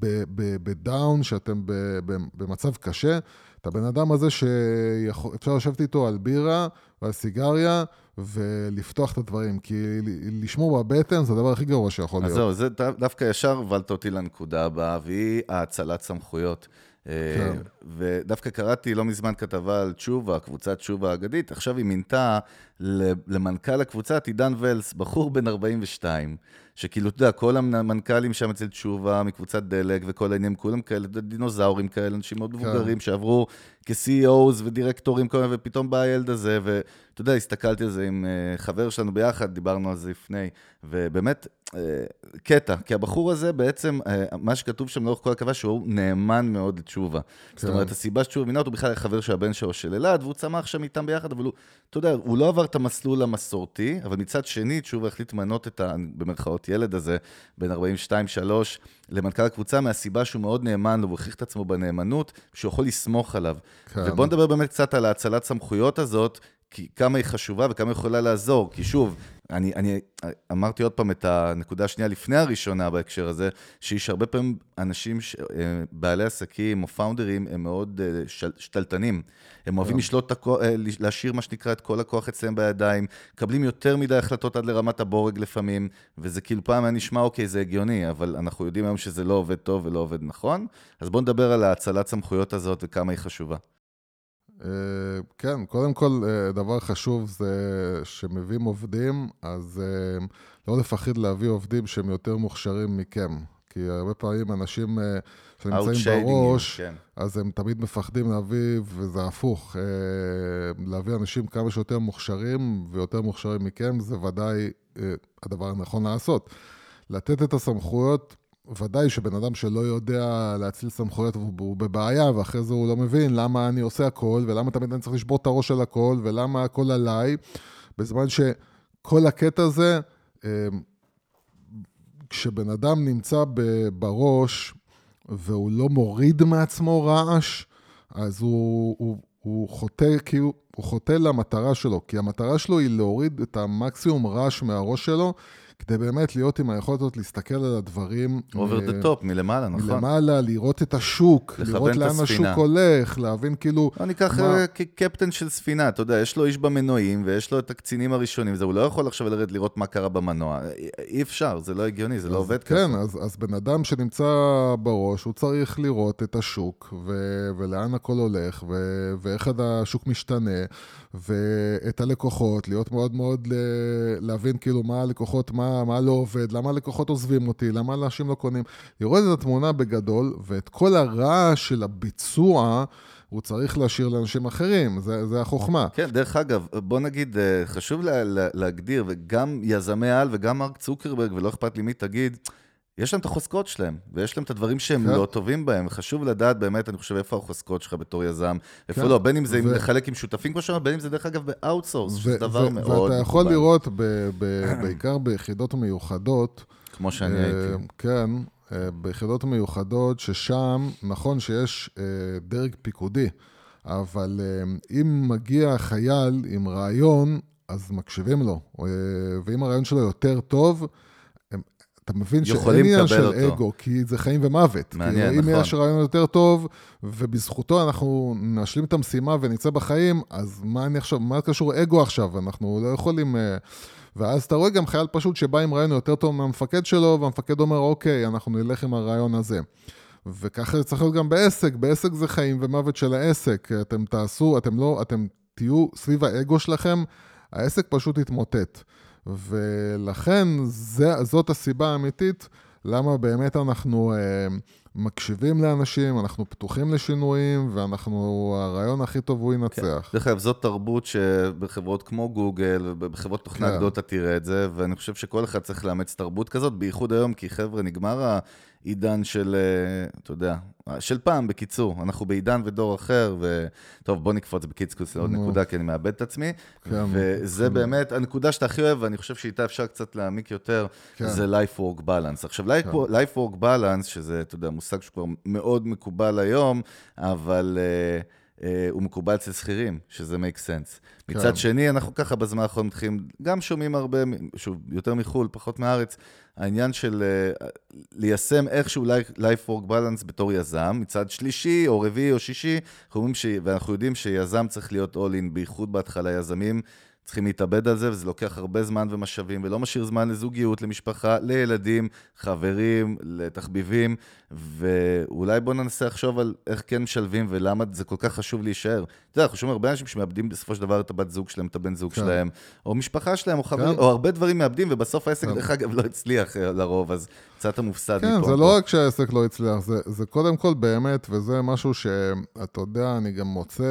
בדאון, שאתם במצב קשה, את הבן אדם הזה שאפשר לשבת איתו על בירה ועל סיגריה, ולפתוח את הדברים, כי לשמור בבטן זה הדבר הכי גרוע שיכול להיות. אז זהו, זה דווקא ישר הובלת אותי לנקודה הבאה, והיא ההצלת סמכויות. כן. ודווקא קראתי לא מזמן כתבה על תשובה, קבוצת תשובה האגדית, עכשיו היא מינתה למנכ"ל הקבוצה, עידן ולס, בחור בן ארבעים ושתיים, שכאילו, אתה יודע, כל המנכ"לים שם אצל תשובה, מקבוצת דלק וכל העניינים, כולם כאלה, דינוזאורים כאלה, אנשים מאוד מבוגרים, שעברו כ-סי אי או'ס ודירקטורים, ופתאום בא הילד הזה, ואתה יודע, הסתכלתי על זה עם חבר שלנו ביחד, דיברנו על זה לפני, ובאמת, קטע, כי הבחור הזה בעצם, מה שכתוב שם לאורך כל הקווה, שהוא נאמן מאוד לתשובה. זאת אומרת, הסיבה שתשובה מינה אותו בכלל חבר של הבן שלו של אלעד, והוא צמח שם איתם ביחד, אבל הוא, אתה יודע, הוא לא עבר את המסלול המסורתי, אבל מצד שני, תשובה החליט למנות את ה, במרכאות ילד הזה, בין ארבעים ושתיים שלוש, למנכ"ל הקבוצה, מהסיבה שהוא מאוד נאמן לו, והוא הכריח את עצמו בנאמנות, שהוא יכול לסמוך עליו. ובוא נדבר באמת קצת על ההצלת סמכויות הזאת, כי כמה היא חשובה וכמה היא יכולה לעזור, כי שוב, אני, אני אמרתי עוד פעם את הנקודה השנייה לפני הראשונה בהקשר הזה, שיש הרבה פעמים אנשים, ש, בעלי עסקים או פאונדרים, הם מאוד שתלטנים. הם אוהבים לשלוט, להשאיר מה שנקרא את כל הכוח אצלם בידיים, קבלים יותר מדי החלטות עד לרמת הבורג לפעמים, וזה כאילו פעם היה נשמע, אוקיי, זה הגיוני, אבל אנחנו יודעים היום שזה לא עובד טוב ולא עובד נכון. אז בואו נדבר על ההצלת סמכויות הזאת וכמה היא חשובה. כן, קודם כל דבר חשוב זה שמביאים עובדים, אז לא לפחד להביא עובדים שהם יותר מוכשרים מכם. כי הרבה פעמים אנשים שנמצאים בראש, כן. אז הם תמיד מפחדים להביא, וזה הפוך. להביא אנשים כמה שיותר מוכשרים, ויותר מוכשרים מכם, זה ודאי הדבר הנכון לעשות. לתת את הסמכויות, ודאי שבן אדם שלא יודע להציל סמכויות, הוא בבעיה, ואחרי זה הוא לא מבין למה אני עושה הכל, ולמה תמיד אני צריך לשבור את הראש על הכל, ולמה הכל עליי, בזמן שכל הקטע הזה, כשבן אדם נמצא בראש, והוא לא מוריד מעצמו רעש, אז הוא, הוא, הוא חוטא, כאילו, הוא חוטא למטרה שלו, כי המטרה שלו היא להוריד את המקסימום רעש מהראש שלו, כדי באמת להיות עם היכולת להסתכל על הדברים. over the top, מלמעלה, נכון. מלמעלה, לראות את השוק, לראות לאן השוק הולך, להבין כאילו... אני אקח כקפטן של ספינה, אתה יודע, יש לו איש במנועים, ויש לו את הקצינים הראשונים, הוא לא יכול עכשיו לרד לראות מה קרה במנוע. אי אפשר, זה לא הגיוני, זה לא עובד ככה. כן, אז בן אדם שנמצא בראש, הוא צריך לראות את השוק, ולאן הכל הולך, ואיך השוק משתנה, ואת הלקוחות, להיות מאוד מאוד להבין כאילו מה הלקוחות, מה, מה לא עובד, למה הלקוחות עוזבים אותי, למה אנשים לא קונים. לראות את התמונה בגדול, ואת כל הרעש של הביצוע, הוא צריך להשאיר לאנשים אחרים, זה, זה החוכמה. כן, דרך אגב, בוא נגיד, חשוב לה, לה, להגדיר, וגם יזמי על וגם מרק צוקרברג, ולא אכפת לי מי תגיד, יש להם את החוזקות שלהם, ויש להם את הדברים שהם לא טובים בהם, חשוב לדעת באמת, אני חושב, איפה החוזקות שלך בתור יזם, איפה לא, בין אם זה לחלק עם שותפים כמו שאומר, בין אם זה דרך אגב באוטסורס, שזה דבר מאוד... ואתה יכול לראות בעיקר ביחידות מיוחדות, כמו שאני הייתי. כן, ביחידות מיוחדות, ששם נכון שיש דרג פיקודי, אבל אם מגיע חייל עם רעיון, אז מקשיבים לו, ואם הרעיון שלו יותר טוב, אתה מבין שאין עניין של אגו, כי זה חיים ומוות. מעניין, נכון. אם יש רעיון יותר טוב, ובזכותו אנחנו נשלים את המשימה ונצא בחיים, אז מה אני עכשיו, מה קשור אגו עכשיו? אנחנו לא יכולים... ואז אתה רואה גם חייל פשוט שבא עם רעיון יותר טוב מהמפקד שלו, והמפקד אומר, אוקיי, אנחנו נלך עם הרעיון הזה. וככה זה צריך להיות גם בעסק. בעסק זה חיים ומוות של העסק. אתם תעשו, אתם לא, אתם תהיו סביב האגו שלכם, העסק פשוט יתמוטט. ולכן זה, זאת הסיבה האמיתית, למה באמת אנחנו אה, מקשיבים לאנשים, אנחנו פתוחים לשינויים, ואנחנו, הרעיון הכי טוב הוא ינצח. דרך אגב, זאת תרבות שבחברות כמו גוגל, ובחברות תוכנה כן. גדולות אתה תראה את זה, ואני חושב שכל אחד צריך לאמץ תרבות כזאת, בייחוד היום, כי חבר'ה, נגמר העידן של, אתה יודע, של פעם, בקיצור, אנחנו בעידן ודור אחר, וטוב, בוא נקפוץ בקיצקוס לעוד נקודה, כי אני מאבד את עצמי, כן, וזה כן. באמת, הנקודה שאתה הכי אוהב, ואני חושב שאיתה אפשר קצת להעמיק יותר, כן. זה life-work balance. עכשיו, כן. life-work balance, שזה, אתה יודע, מושג שכבר מאוד מקובל היום, אבל uh, uh, הוא מקובל אצל שכירים, שזה make sense. כן. מצד שני, אנחנו ככה בזמן האחרון מתחילים, גם שומעים הרבה, שוב, יותר מחול, פחות מארץ, העניין של uh, ליישם איכשהו life-work balance בתור יזם, מצד שלישי או רביעי או שישי, אנחנו ש... ואנחנו יודעים שיזם צריך להיות all-in, בייחוד בהתחלה יזמים, צריכים להתאבד על זה, וזה לוקח הרבה זמן ומשאבים, ולא משאיר זמן לזוגיות, למשפחה, לילדים, חברים, לתחביבים, ואולי בוא ננסה לחשוב על איך כן משלבים, ולמה זה כל כך חשוב להישאר. אתה יודע, אנחנו שומעים הרבה אנשים שמאבדים בסופו של דבר את הבת זוג שלהם, את הבן זוג שלהם, או משפחה שלהם, או חברים, או הרבה דברים מאבדים, ובסוף העסק, דרך אגב, לא הצליח לרוב, אז קצת המופסד מפה. כן, זה לא רק שהעסק לא הצליח, זה קודם כל באמת, וזה משהו שאתה יודע, אני גם מוצא...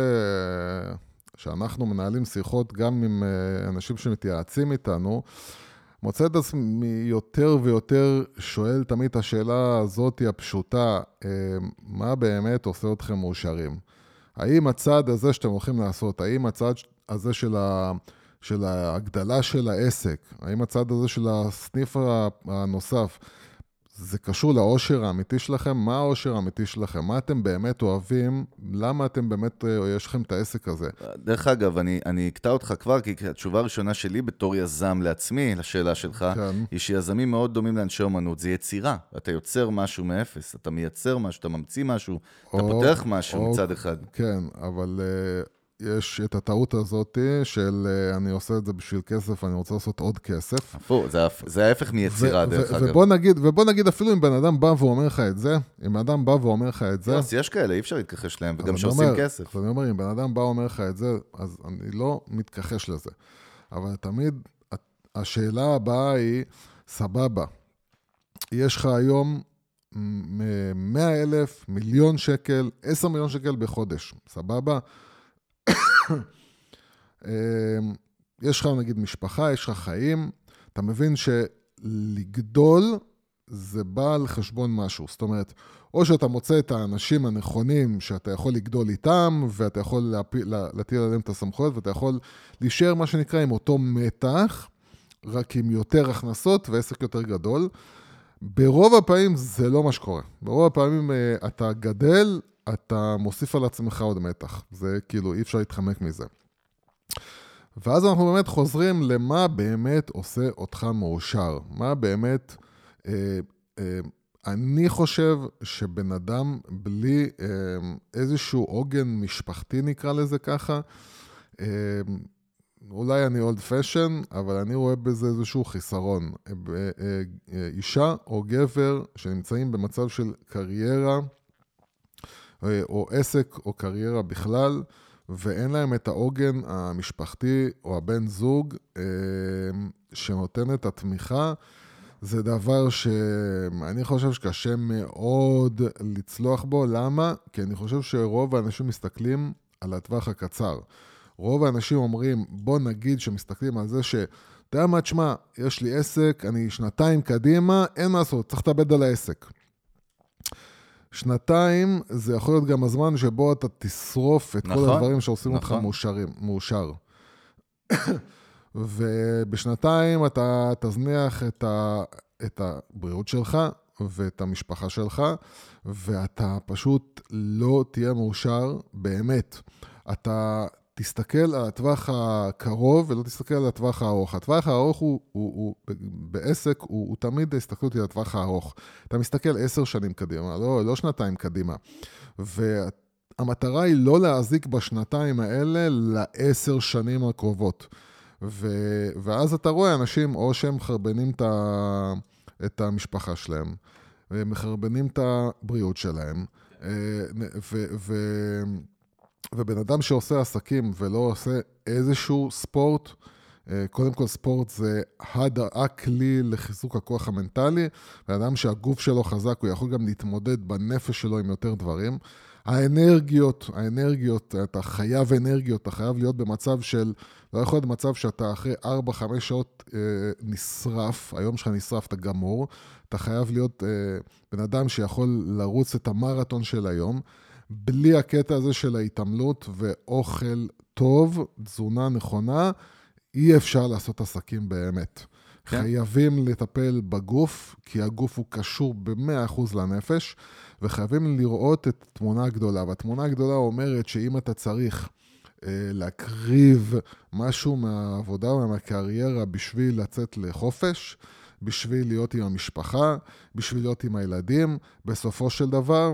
שאנחנו מנהלים שיחות גם עם אנשים שמתייעצים איתנו, מוצא את עצמי יותר ויותר שואל תמיד את השאלה הזאת הפשוטה, מה באמת עושה אתכם מאושרים? האם הצעד הזה שאתם הולכים לעשות, האם הצעד הזה של, ה, של ההגדלה של העסק, האם הצעד הזה של הסניף הנוסף, זה קשור לאושר האמיתי שלכם? מה האושר האמיתי שלכם? מה אתם באמת אוהבים? למה אתם באמת, יש לכם את העסק הזה? דרך אגב, אני, אני אקטע אותך כבר, כי התשובה הראשונה שלי בתור יזם לעצמי, לשאלה שלך, כן. היא שיזמים מאוד דומים לאנשי אומנות, זה יצירה. אתה יוצר משהו מאפס, אתה מייצר משהו, אתה ממציא משהו, או, אתה פותח משהו או, מצד אחד. כן, אבל... יש את הטעות הזאת של אני עושה את זה בשביל כסף, אני רוצה לעשות עוד כסף. אפו, זה, זה ההפך מיצירה, דרך אגב. ובוא נגיד, ובוא נגיד אפילו אם בן אדם בא ואומר לך את זה, אם בן אדם בא ואומר לך את זה... יש כאלה, אי אפשר להתכחש להם, וגם שעושים כסף. אז אני אומר, אם בן אדם בא ואומר לך את זה, אז אני לא מתכחש לזה. אבל תמיד, השאלה הבאה היא, סבבה, יש לך היום מאה אלף, מיליון שקל, עשר מיליון שקל בחודש, סבבה? יש לך נגיד משפחה, יש לך חיים, אתה מבין שלגדול זה בא על חשבון משהו, זאת אומרת, או שאתה מוצא את האנשים הנכונים שאתה יכול לגדול איתם, ואתה יכול להפיל, להטיל עליהם את הסמכויות, ואתה יכול להישאר מה שנקרא עם אותו מתח, רק עם יותר הכנסות ועסק יותר גדול. ברוב הפעמים זה לא מה שקורה. ברוב הפעמים אתה גדל, אתה מוסיף על עצמך עוד מתח. זה כאילו, אי אפשר להתחמק מזה. ואז אנחנו באמת חוזרים למה באמת עושה אותך מאושר. מה באמת... אה, אה, אני חושב שבן אדם בלי אה, איזשהו עוגן משפחתי, נקרא לזה ככה, אה, אולי אני old fashion, אבל אני רואה בזה איזשהו חיסרון. אה, אה, אה, אישה או גבר שנמצאים במצב של קריירה, אה, או עסק או קריירה בכלל, ואין להם את העוגן המשפחתי או הבן זוג אה, שנותן את התמיכה, זה דבר שאני חושב שקשה מאוד לצלוח בו. למה? כי אני חושב שרוב האנשים מסתכלים על הטווח הקצר. רוב האנשים אומרים, בוא נגיד שמסתכלים על זה ש... אתה יודע מה, תשמע, יש לי עסק, אני שנתיים קדימה, אין מה לעשות, צריך לתאבד על העסק. שנתיים זה יכול להיות גם הזמן שבו אתה תשרוף את נכון, כל הדברים שעושים נכון. אותך מאושרים, מאושר. ובשנתיים אתה תזניח את, ה, את הבריאות שלך ואת המשפחה שלך, ואתה פשוט לא תהיה מאושר באמת. אתה תסתכל על הטווח הקרוב ולא תסתכל על הטווח הארוך. הטווח הארוך הוא, הוא, הוא בעסק, הוא, הוא תמיד הסתכלות על הטווח הארוך. אתה מסתכל עשר שנים קדימה, לא, לא שנתיים קדימה. והמטרה היא לא להזיק בשנתיים האלה לעשר שנים הקרובות. ו- ואז אתה רואה אנשים או שהם מחרבנים את, ה- את המשפחה שלהם, ומחרבנים את הבריאות שלהם, ו- ו- ובן אדם שעושה עסקים ולא עושה איזשהו ספורט, קודם כל ספורט זה הכלי לחיזוק הכוח המנטלי, בן אדם שהגוף שלו חזק, הוא יכול גם להתמודד בנפש שלו עם יותר דברים. האנרגיות, האנרגיות, אתה חייב אנרגיות, אתה חייב להיות במצב של, לא יכול להיות במצב שאתה אחרי ארבע חמש שעות אה, נשרף, היום שלך נשרף, אתה גמור, אתה חייב להיות אה, בן אדם שיכול לרוץ את המרתון של היום, בלי הקטע הזה של ההתעמלות ואוכל טוב, תזונה נכונה, אי אפשר לעשות עסקים באמת. כן. חייבים לטפל בגוף, כי הגוף הוא קשור ב-מאה אחוז לנפש, וחייבים לראות את התמונה הגדולה. והתמונה הגדולה אומרת שאם אתה צריך אה, להקריב משהו מהעבודה ומהקריירה בשביל לצאת לחופש, בשביל להיות עם המשפחה, בשביל להיות עם הילדים, בסופו של דבר,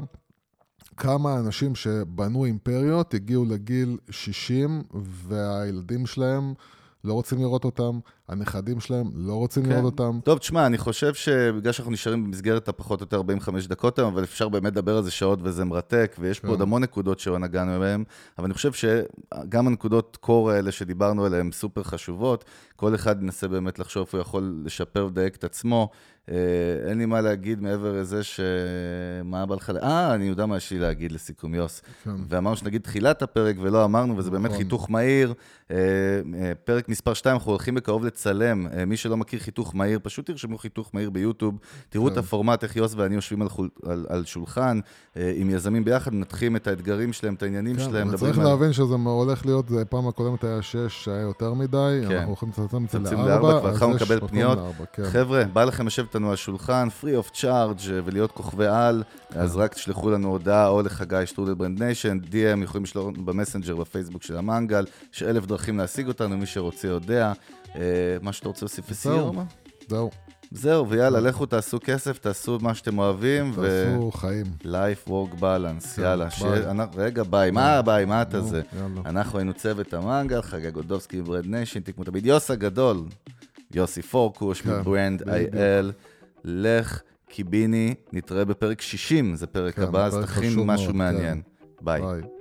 כמה אנשים שבנו אימפריות הגיעו לגיל שישים, והילדים שלהם לא רוצים לראות אותם, הנכדים שלהם לא רוצים כן. לראות אותם. טוב, תשמע, אני חושב שבגלל שאנחנו נשארים במסגרת הפחות או יותר ארבעים וחמש דקות היום, אבל אפשר באמת לדבר על זה שעות וזה מרתק, ויש פה עוד המון נקודות שלא נגענו בהן, אבל אני חושב שגם הנקודות קור האלה שדיברנו עליהן סופר חשובות, כל אחד ינסה באמת לחשוב איפה הוא יכול לשפר ודייק את עצמו, אין לי מה להגיד מעבר לזה שמה בא לך... אה, אני יודע מה יש לי להגיד לסיכום, יוס. כן. ואמרנו שנגיד תחילת הפרק ולא אמרנו, וזה באמת חיתוך מהיר. פרק מספר שתיים, אנחנו הולכים בקרוב לצלם. מי שלא מכיר חיתוך מהיר, פשוט תרשמו חיתוך מהיר ביוטיוב. תראו כן. את הפורמט, איך יוס ואני יושבים על, חול, על, על שולחן, עם יזמים ביחד, מנתחים את האתגרים שלהם, את העניינים כן, שלהם. צריך להבין על... שזה הולך להיות, זה פעם הקודמת היה שש, שהיה יותר מדי, כן. אנחנו הולכים לצמצם את זה לארבע, כבר התחלנו לקבל פניות. כן. חבר'ה, בא לכם לשבת לנו על שולחן, free of charge, ולהיות כוכבי על, אז רק תשלחו לנו הודעה, או לחגי שטרודל ברנד ניישן, די אם יכולים לשלוח במסנג'ר, בפייסבוק של המנגל, יש אלף דרכים להשיג אותנו, מי שרוצה יודע. מה שאתה רוצה להוסיף לסיום? זהו. זהו, ויאללה, לכו תעשו כסף, תעשו מה שאתם אוהבים. תעשו חיים. life work balance, יאללה. רגע, ביי, מה ביי, מה אתה זה? אנחנו היינו צוות המנגל, חגי גולדובסקי ברנד ניישן, תקמו תמיד יוס הגדול. יוסי פורקוש, מברנד איי אל, לך, קיביני, נתראה בפרק שישים, זה פרק הבא, אז תכין משהו מעניין. ביי.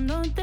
no